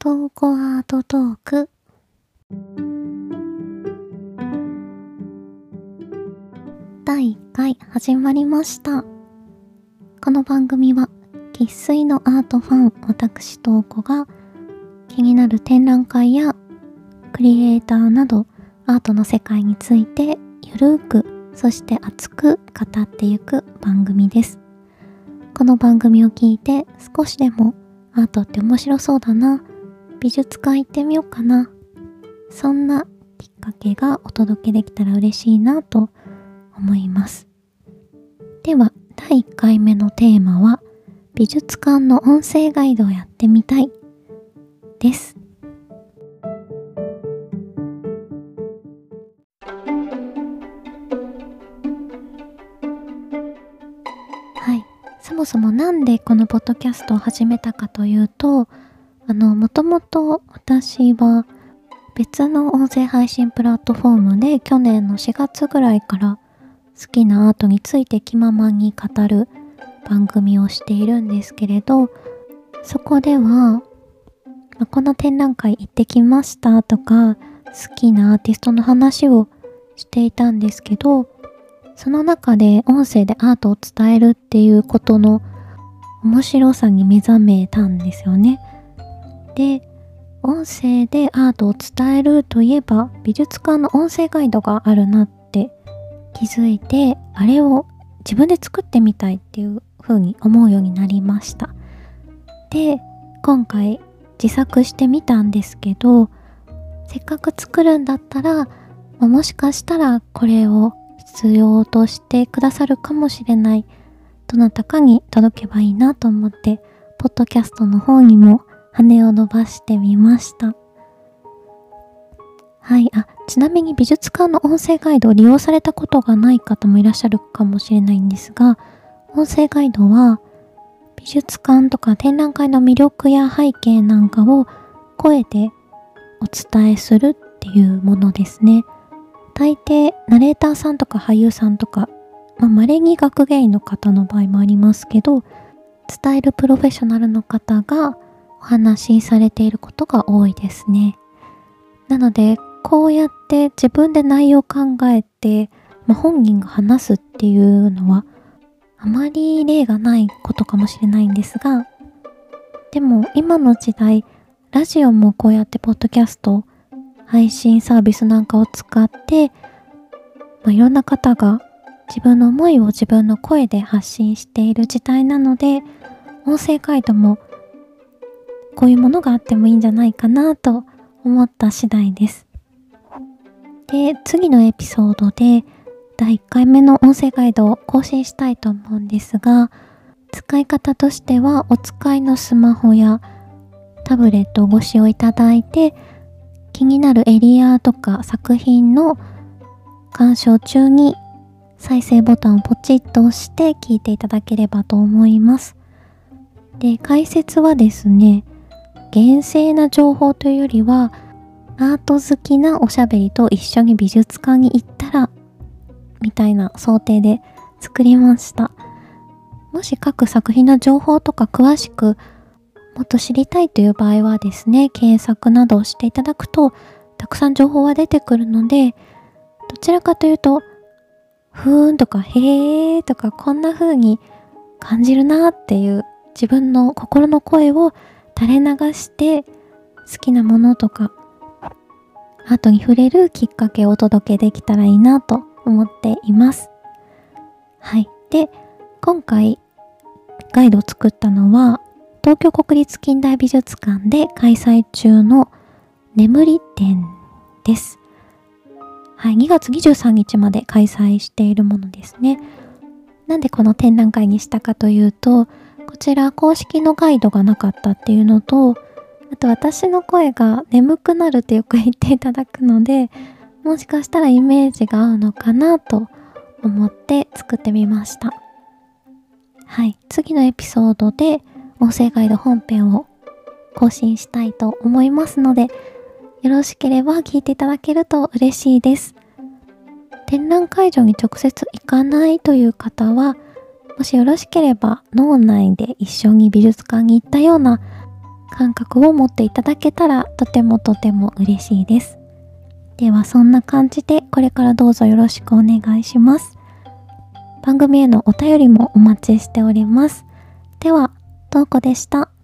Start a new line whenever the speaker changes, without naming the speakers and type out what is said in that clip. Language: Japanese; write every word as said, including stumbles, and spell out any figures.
トーコアートトーク。だいいっかい始まりました。この番組は生粋のアートファン私トーコが気になる展覧会やクリエイターなどアートの世界についてゆるーくそして熱く語っていく番組です。この番組を聞いて少しでもアートって面白そうだな、美術館行ってみようかな、そんなきっかけがお届けできたら嬉しいなと思います。ではだいいっかいめのテーマは美術館の音声ガイドをやってみたいです。はい、そもそもなんでこのポッドキャストを始めたかというと、あのもともと私は別の音声配信プラットフォームで去年のしがつぐらいから好きなアートについて気ままに語る番組をしているんですけれど、そこではこの展覧会行ってきましたとか好きなアーティストの話をしていたんですけど、その中で音声でアートを伝えるっていうことの面白さに目覚めたんですよね。で、音声でアートを伝えるといえば美術館の音声ガイドがあるなって気づいて、あれを自分で作ってみたいっていう風に思うようになりました。で、今回自作してみたんですけど、せっかく作るんだったら、まあ、もしかしたらこれを必要としてくださるかもしれないどなたかに届けばいいなと思ってポッドキャストの方にも羽を伸ばしてみました。はい、あ、ちなみに美術館の音声ガイドを利用されたことがない方もいらっしゃるかもしれないんですが、音声ガイドは美術館とか展覧会の魅力や背景なんかを声でお伝えするっていうものですね。大抵ナレーターさんとか俳優さんとか、まあ、稀に学芸員の方の場合もありますけど、伝えるプロフェッショナルの方がお話しされていることが多いですね。なのでこうやって自分で内容を考えて、まあ、本人が話すっていうのはあまり例がないことかもしれないんですが、でも今の時代ラジオもこうやってポッドキャスト配信サービスなんかを使って、まあ、いろんな方が自分の思いを自分の声で発信している時代なので、音声ガイドもこういうものがあってもいいんじゃないかなと思った次第です。で、次のエピソードでだいいっかいめの音声ガイドを更新したいと思うんですが、使い方としてはお使いのスマホやタブレットをご使用いただいて、気になるエリアとか作品の鑑賞中に再生ボタンをポチッと押して聞いていただければと思います。で、解説はですね、厳正な情報というよりはアート好きなおしゃべりと一緒に美術館に行ったらみたいな想定で作りました。もし各作品の情報とか詳しくもっと知りたいという場合はですね、検索などをしていただくとたくさん情報は出てくるので、どちらかというとふーんとかへーとかこんな風に感じるなっていう自分の心の声を垂れ流して好きなものとかアートに触れるきっかけをお届けできたらいいなと思っています。はい。で、今回ガイドを作ったのは東京国立近代美術館で開催中の眠り展です。はい、にがつにじゅうさんにちまで開催しているものですね。なんでこの展覧会にしたかというと、こちら公式のガイドがなかったっていうのと、あと私の声が眠くなるってよく言っていただくので、もしかしたらイメージが合うのかなと思って作ってみました。はい、次のエピソードで音声ガイド本編を更新したいと思いますので、よろしければ聞いていただけると嬉しいです。展覧会場に直接行かないという方は、もしよろしければ脳内で一緒に美術館に行ったような感覚を持っていただけたらとてもとても嬉しいです。ではそんな感じでこれからどうぞよろしくお願いします。番組へのお便りもお待ちしております。では、とうこでした。